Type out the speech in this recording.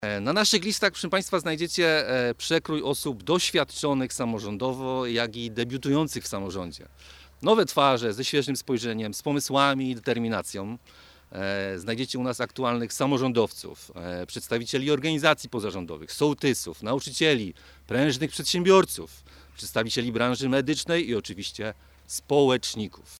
Na naszych listach, proszę Państwa, znajdziecie przekrój osób doświadczonych samorządowo, jak i debiutujących w samorządzie. Nowe twarze ze świeżym spojrzeniem, z pomysłami i determinacją. Znajdziecie u nas aktualnych samorządowców, przedstawicieli organizacji pozarządowych, sołtysów, nauczycieli, prężnych przedsiębiorców, przedstawicieli branży medycznej i oczywiście społeczników.